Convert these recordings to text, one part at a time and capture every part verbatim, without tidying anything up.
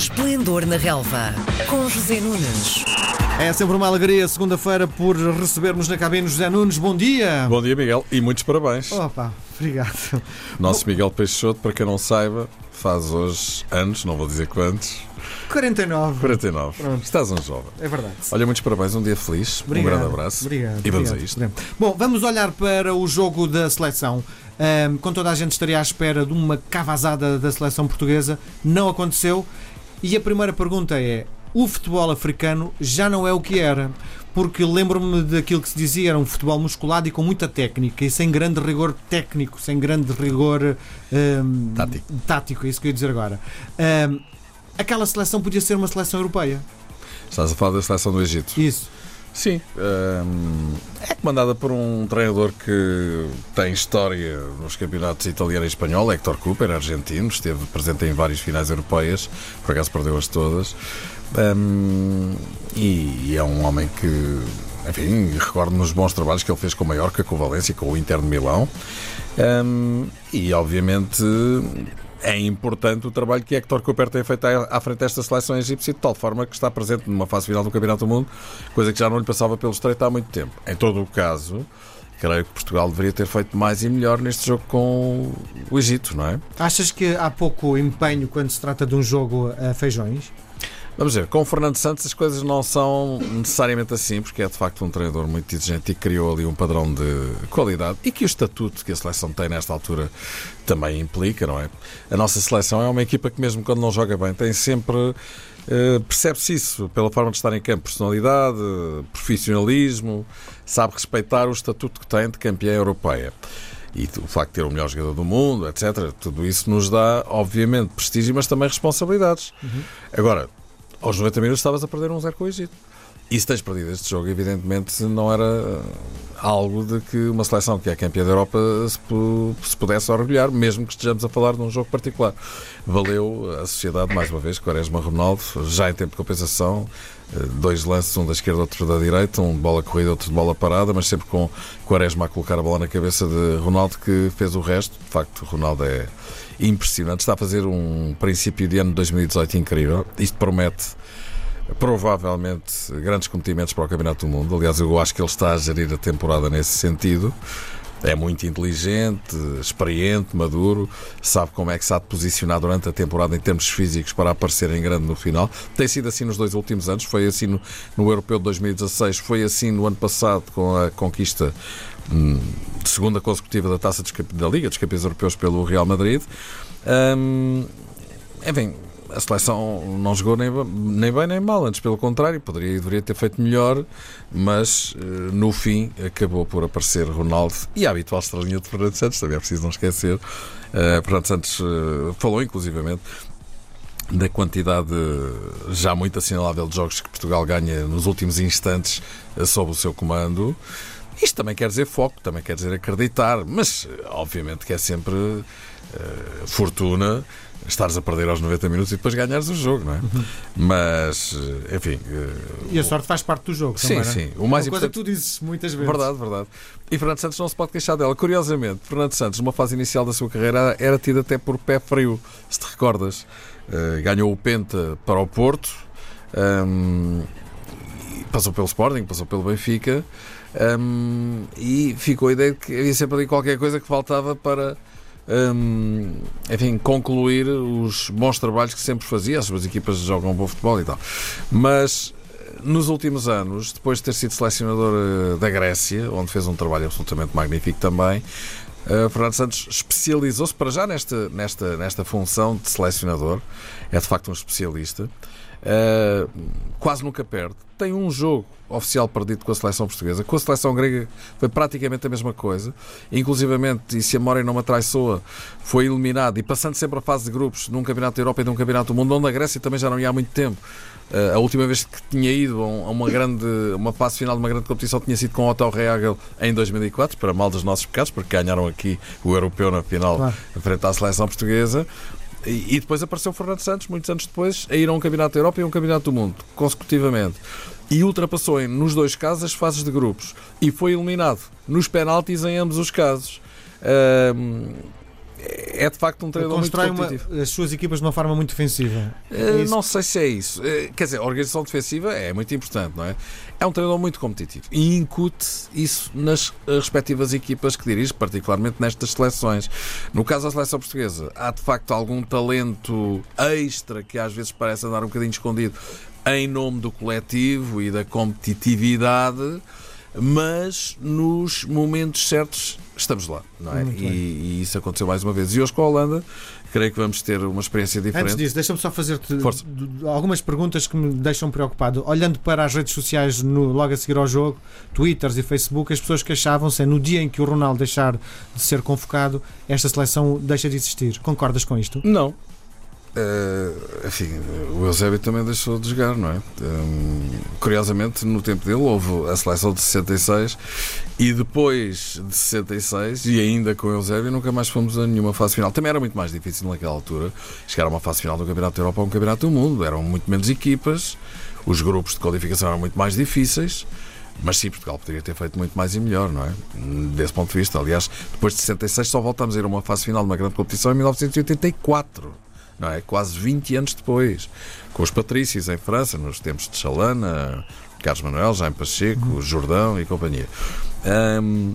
Esplendor na Relva, com José Nunes. É sempre uma alegria, segunda-feira, por recebermos na cabine José Nunes. Bom dia! Bom dia, Miguel, e muitos parabéns. Opa, obrigado. Nosso Miguel Peixoto, para quem não saiba, faz hoje anos, não vou dizer quantos. quarenta e nove. quarenta e nove. Pronto. Estás um jovem. É verdade. Olha, muitos parabéns, um dia feliz, Obrigado. um grande abraço. Obrigado. E vamos obrigado. a isto. Bom, vamos olhar para o jogo da seleção. Um, com toda a gente estaria à espera de uma cavazada da seleção portuguesa. Não aconteceu. E a primeira pergunta é: o futebol africano já não é o que era? Porque lembro-me daquilo que se dizia, era um futebol musculado e com muita técnica e sem grande rigor técnico, sem grande rigor um, Tático. tático, é isso que eu ia dizer agora. Um, aquela seleção podia ser uma seleção europeia. Estás a falar da seleção do Egito? Isso. Sim. hum, é comandada por um treinador que tem história nos campeonatos italiano e espanhol, Héctor Cúper, argentino, esteve presente em várias finais europeias, por acaso perdeu-as todas. Hum, e, e é um homem que, enfim, recordo-me os bons trabalhos que ele fez com o Mallorca, com o Valência, com o Inter de Milão. Hum, e, obviamente, é importante o trabalho que Héctor Cúper tem feito à frente desta seleção egípcia, de tal forma que está presente numa fase final do Campeonato do Mundo, coisa que já não lhe passava pelo estreito há muito tempo. Em todo o caso, creio que Portugal deveria ter feito mais e melhor neste jogo com o Egito, não é? Achas que há pouco empenho quando se trata de um jogo a feijões? Vamos ver, com o Fernando Santos as coisas não são necessariamente assim, porque é de facto um treinador muito exigente e criou ali um padrão de qualidade e que o estatuto que a seleção tem nesta altura também implica, não é? A nossa seleção é uma equipa que mesmo quando não joga bem tem sempre, eh, percebe-se isso pela forma de estar em campo, personalidade, profissionalismo, sabe respeitar o estatuto que tem de campeã europeia. E o facto de ter o melhor jogador do mundo, etcétera, tudo isso nos dá, obviamente, prestígio, mas também responsabilidades. Uhum. Agora, aos noventa minutos estavas a perder um zero com o Egito. E se tens perdido este jogo, evidentemente não era algo de que uma seleção que é campeã da Europa se, se pudesse orgulhar, mesmo que estejamos a falar de um jogo particular. Valeu a sociedade, mais uma vez, Quaresma-Ronaldo, já em tempo de compensação, dois lances, um da esquerda, outro da direita, um de bola corrida, outro de bola parada, mas sempre com Quaresma a colocar a bola na cabeça de Ronaldo, que fez o resto. De facto, Ronaldo é impressionante, está a fazer um princípio de ano de dois mil e dezoito incrível. Isto promete provavelmente grandes competimentos para o Campeonato do Mundo. Aliás, eu acho que ele está a gerir a temporada nesse sentido. É muito inteligente, experiente, maduro, sabe como é que se há de posicionar durante a temporada em termos físicos para aparecer em grande no final. Tem sido assim nos dois últimos anos, foi assim no, no Europeu de dois mil e dezasseis, foi assim no ano passado com a conquista hum, de segunda consecutiva da Taça dos, da Liga dos Campeões Europeus pelo Real Madrid. Hum, enfim, a seleção não jogou nem, nem bem nem mal, antes pelo contrário, poderia e deveria ter feito melhor, mas no fim acabou por aparecer Ronaldo e a habitual estrelinha de Fernando Santos, também é preciso não esquecer. Uh, Fernando Santos uh, falou inclusivamente da quantidade já muito assinalável de jogos que Portugal ganha nos últimos instantes uh, sob o seu comando. Isto também quer dizer foco, também quer dizer acreditar, mas obviamente que é sempre uh, fortuna estares a perder aos noventa minutos e depois ganhares o jogo, não é? Uhum. Mas, enfim... Uh, e a sorte faz parte do jogo sim, também, sim. Não é? O mais Uma importante... coisa que tu dizes muitas vezes. Verdade, verdade. E Fernando Santos não se pode queixar dela. Curiosamente, Fernando Santos, numa fase inicial da sua carreira, era tido até por pé frio, se te recordas. Uh, ganhou o Penta para o Porto, um, passou pelo Sporting, passou pelo Benfica, um, e ficou a ideia de que havia sempre ali qualquer coisa que faltava para... Hum, enfim, concluir os bons trabalhos que sempre fazia. As suas equipas jogam bom futebol e tal. Mas nos últimos anos, depois de ter sido selecionador da Grécia, onde fez um trabalho absolutamente magnífico também, uh, Fernando Santos especializou-se para já nesta, nesta, nesta função de selecionador. É de facto um especialista. Uh, quase nunca perde. Tem um jogo oficial perdido com a seleção portuguesa. Com a seleção grega foi praticamente a mesma coisa. Inclusivamente, e se a memória não me atraiçoa, foi eliminado e passando sempre a fase de grupos num Campeonato da Europa e num Campeonato do Mundo, onde a Grécia também já não ia há muito tempo. Uh, a última vez que tinha ido a uma, grande, uma fase final de uma grande competição tinha sido com o Otto Rehagel em dois mil e quatro, para mal dos nossos pecados, porque ganharam aqui o europeu na final, claro, frente à seleção portuguesa. E depois apareceu o Fernando Santos, muitos anos depois, a ir a um Campeonato da Europa e a um Campeonato do Mundo, consecutivamente. E ultrapassou, em, nos dois casos, as fases de grupos. E foi eliminado nos penaltis em ambos os casos. Um, é de facto um treinador muito constrói competitivo. uma, as suas equipas de uma forma muito defensiva. Uh, não sei se é isso. Uh, quer dizer, a organização defensiva é muito importante, não é? É um treinador muito competitivo e incute isso nas respectivas equipas que dirige, particularmente nestas seleções. No caso da seleção portuguesa, há de facto algum talento extra que às vezes parece andar um bocadinho escondido em nome do coletivo e da competitividade, mas nos momentos certos estamos lá, não é? E, e isso aconteceu mais uma vez. E hoje com a Holanda, creio que vamos ter uma experiência diferente. Antes disso, deixa-me só fazer-te algumas perguntas que me deixam preocupado. Olhando para as redes sociais no, logo a seguir ao jogo, Twitters e Facebook, as pessoas queixavam-se, é no dia em que o Ronaldo deixar de ser convocado, esta seleção deixa de existir. Concordas com isto? Não. Uh, enfim, o Eusébio também deixou de jogar, não é? Um, curiosamente, no tempo dele houve a seleção de sessenta e seis e depois de sessenta e seis, e ainda com o Eusébio, nunca mais fomos a nenhuma fase final. Também era muito mais difícil naquela altura chegar a uma fase final do Campeonato da Europa ou um Campeonato do Mundo. Eram muito menos equipas, os grupos de qualificação eram muito mais difíceis. Mas sim, Portugal poderia ter feito muito mais e melhor, não é? Desse ponto de vista. Aliás, depois de sessenta e seis só voltámos a ir a uma fase final de uma grande competição em mil novecentos e oitenta e quatro. Não é? Quase vinte anos depois, com os patrícios em França, nos tempos de Chalana, Carlos Manuel, Jaime Pacheco, uhum. Jordão e companhia. Hum,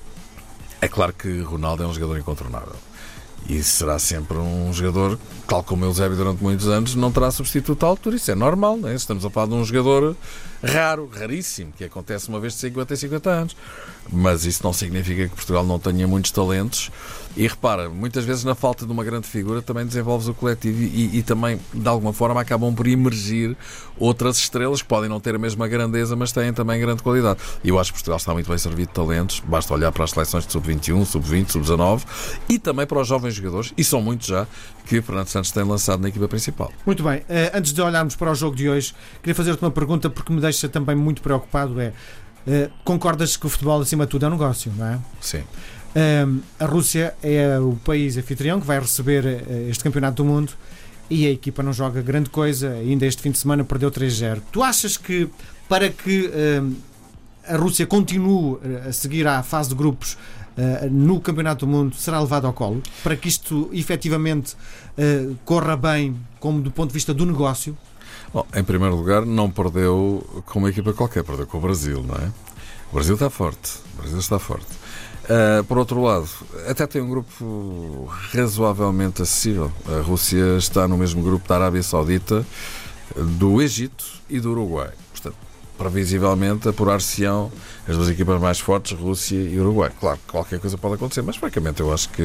é claro que Ronaldo é um jogador incontornável e será sempre um jogador, tal como o Eusébio durante muitos anos, não terá substituto à altura. Isso é normal, não é? Estamos a falar de um jogador raro, raríssimo, que acontece uma vez de cinquenta em cinquenta anos. Mas isso não significa que Portugal não tenha muitos talentos. E repara, muitas vezes na falta de uma grande figura também desenvolves o coletivo e, e também, de alguma forma, acabam por emergir outras estrelas que podem não ter a mesma grandeza, mas têm também grande qualidade. E eu acho que Portugal está muito bem servido de talentos. Basta olhar para as seleções de sub vinte e um, sub vinte, sub dezanove e também para os jovens jogadores, e são muitos já, que Fernando Santos tem lançado na equipa principal. Muito bem. Uh, antes de olharmos para o jogo de hoje, queria fazer-te uma pergunta porque me deixa também muito preocupado. É, uh, concordas que o futebol, acima de tudo, é um negócio, não é? Sim. Um, a Rússia é o país anfitrião que vai receber uh, este campeonato do mundo e a equipa não joga grande coisa, ainda este fim de semana perdeu três a zero. Tu achas que para que uh, a Rússia continue a seguir à fase de grupos uh, no campeonato do mundo será levado ao colo? Para que isto efetivamente uh, corra bem como do ponto de vista do negócio? Bom, em primeiro lugar, não perdeu com uma equipa qualquer, perdeu com o Brasil, não é? O Brasil está forte, o Brasil está forte. Uh, por outro lado, até tem um grupo razoavelmente acessível. A Rússia está no mesmo grupo da Arábia Saudita, do Egito e do Uruguai. Portanto, previsivelmente apurar-se-ão as duas equipas mais fortes, Rússia e Uruguai. Claro que qualquer coisa pode acontecer, mas francamente eu acho que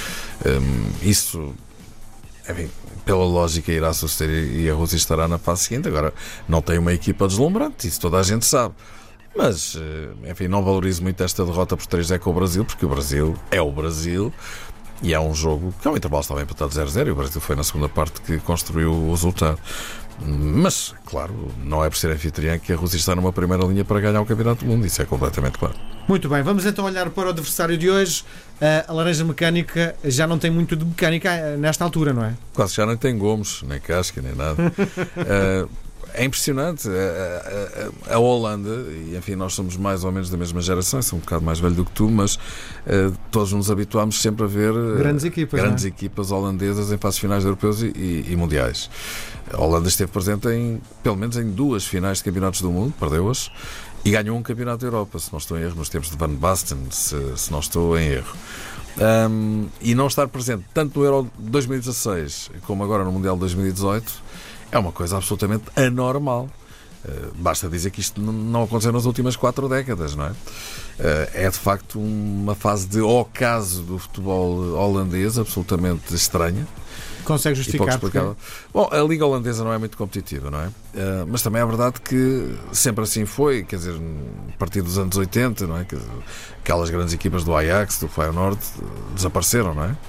um, isso, enfim, pela lógica irá suceder e a Rússia estará na fase seguinte. Agora, não tem uma equipa deslumbrante, isso toda a gente sabe. Mas, enfim, não valorizo muito esta derrota por três a zero com o Brasil, porque o Brasil é o Brasil e é um jogo que ao intervalo estava empatado zero a zero e o Brasil foi na segunda parte que construiu o resultado. Mas, claro, não é por ser anfitriã que a Rússia está numa primeira linha para ganhar o Campeonato do Mundo, isso é completamente claro. Muito bem, vamos então olhar para o adversário de hoje. A Laranja Mecânica já não tem muito de mecânica nesta altura, não é? Quase já nem tem gomos, nem casca, nem nada. uh, É impressionante. A, a, a Holanda, e enfim, nós somos mais ou menos da mesma geração, sou um bocado mais velho do que tu, mas uh, todos nos habituámos sempre a ver uh, grandes, equipas, grandes é? equipas holandesas em fases finais de europeus e, e, e mundiais. A Holanda esteve presente em, pelo menos em duas finais de campeonatos do mundo, perdeu-as, e ganhou um campeonato da Europa, se não estou em erro, nos tempos de Van Basten, se, se não estou em erro. Um, e não estar presente tanto no Euro dois mil e dezasseis como agora no Mundial de dois mil e dezoito é uma coisa absolutamente anormal. Uh, basta dizer que isto não aconteceu nas últimas quatro décadas, não é? Uh, é de facto uma fase de ocaso do futebol holandês absolutamente estranha. Consegue justificar? Porque... Bom, a Liga Holandesa não é muito competitiva, não é? Uh, mas também é verdade que sempre assim foi, quer dizer, a partir dos anos oitenta, não é? Que, aquelas grandes equipas do Ajax, do Feyenoord, desapareceram, não é?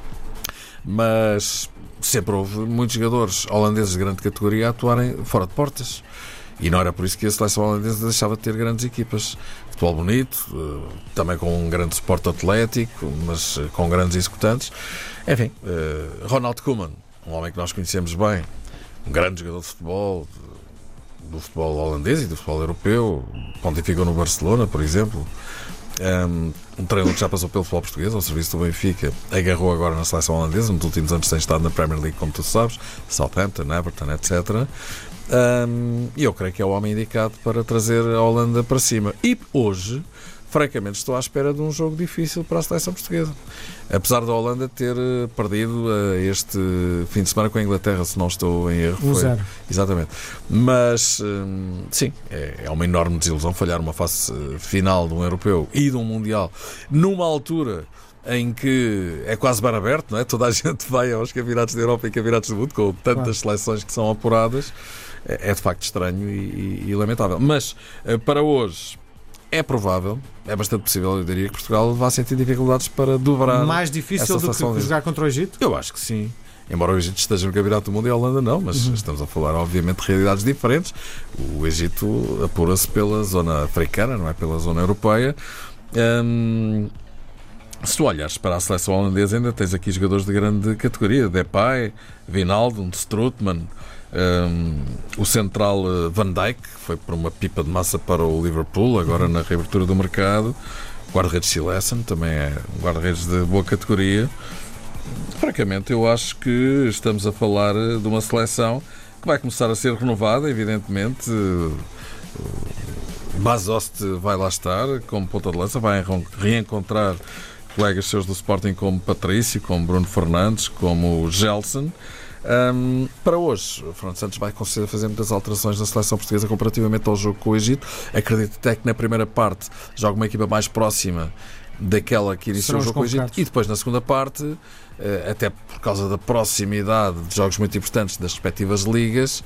Mas sempre houve muitos jogadores holandeses de grande categoria a atuarem fora de portas. E não era por isso que a seleção holandesa deixava de ter grandes equipas. Futebol bonito, também com um grande suporte atlético, mas com grandes executantes. Enfim, Ronald Koeman, um homem que nós conhecemos bem, um grande jogador de futebol, do futebol holandês e do futebol europeu, pontificou no Barcelona, por exemplo. Um, um treinador que já passou pelo futebol português, ao serviço do Benfica, agarrou agora na seleção holandesa, nos últimos anos tem estado na Premier League, como tu sabes, Southampton, Everton, etcétera. Um, e eu creio que é o homem indicado para trazer a Holanda para cima. E hoje, francamente, estou à espera de um jogo difícil para a seleção portuguesa. Apesar da Holanda ter perdido uh, este fim de semana com a Inglaterra, se não estou em erro. um zero. Foi... Exatamente. Mas, um, sim, é, é uma enorme desilusão falhar uma fase final de um europeu e de um mundial numa altura em que é quase bar aberto, não é? Toda a gente vai aos campeonatos da Europa e campeonatos do mundo com tantas claro. seleções que são apuradas. É, é de facto estranho e, e, e lamentável. Mas, uh, para hoje... É provável, é bastante possível, eu diria, que Portugal vá sentir dificuldades para dobrar. Mais difícil do que jogar contra o Egito? Eu acho que sim. Embora o Egito esteja no Campeonato do Mundo e a Holanda não, mas uhum. estamos a falar, obviamente, de realidades diferentes. O Egito apura-se pela zona africana, não é pela zona europeia. Hum, se tu olhares para a seleção holandesa, ainda tens aqui jogadores de grande categoria: Depay, Wijnaldum, Strootman. Um, o central uh, Van Dijk, que foi por uma pipa de massa para o Liverpool, agora na reabertura do mercado. O guarda-redes Silesen também é um guarda-redes de boa categoria. Francamente, eu acho que estamos a falar de uma seleção que vai começar a ser renovada, evidentemente. Uh, Bazost vai lá estar como ponta de lança, vai reencontrar colegas seus do Sporting como Patrício, como Bruno Fernandes, como o Gelson. Um, para hoje, o Fernando Santos vai conseguir fazer muitas alterações na seleção portuguesa comparativamente ao jogo com o Egito. Acredito até que na primeira parte joga uma equipa mais próxima daquela que iniciou o jogo com o Egito, e depois na segunda parte, até por causa da proximidade de jogos muito importantes das respectivas ligas,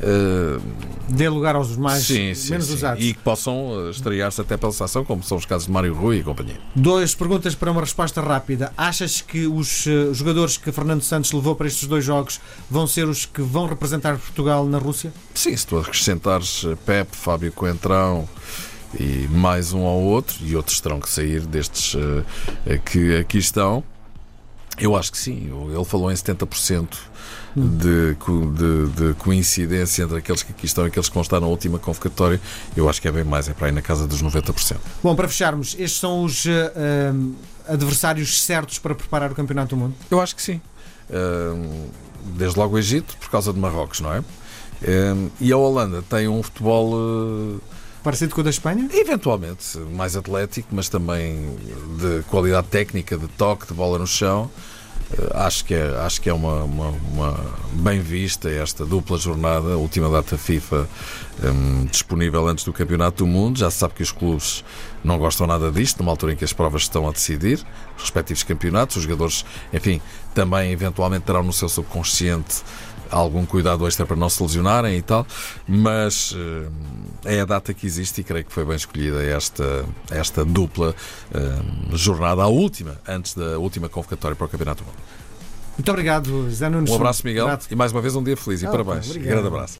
dê lugar aos mais sim, sim, menos sim. usados e que possam estrear-se até pela seleção, como são os casos de Mário Rui e companhia. Duas perguntas para uma resposta rápida. Achas que os uh, jogadores que Fernando Santos levou para estes dois jogos vão ser os que vão representar Portugal na Rússia? Sim, se tu acrescentares Pepe, Fábio Coentrão e mais um ao outro, e outros terão que sair destes uh, que aqui estão, eu acho que sim. Ele falou em setenta por cento de, de, de coincidência entre aqueles que aqui estão e aqueles que vão estar na última convocatória. Eu acho que é bem mais, é para aí na casa dos noventa por cento. Bom, para fecharmos, estes são os uh, uh, adversários certos para preparar o Campeonato do Mundo? Eu acho que sim. Uh, desde logo o Egito, por causa de Marrocos, não é? Uh, e a Holanda tem um futebol... Uh, parecido com o da Espanha? Eventualmente, mais atlético, mas também de qualidade técnica, de toque, de bola no chão. Uh, acho que é, acho que é uma, uma, uma bem vista esta dupla jornada, a última data FIFA um, disponível antes do Campeonato do Mundo. Já se sabe que os clubes não gostam nada disto, numa altura em que as provas estão a decidir, os respectivos campeonatos. Os jogadores, enfim, também eventualmente terão no seu subconsciente algum cuidado extra para não se lesionarem e tal, mas uh, é a data que existe e creio que foi bem escolhida esta, esta dupla uh, jornada, a última, antes da última convocatória para o Campeonato do Mundo. Muito obrigado, Zé Nunes. Um abraço, Miguel, Grato. e mais uma vez um dia feliz e ah, parabéns. Obrigado. Grande abraço.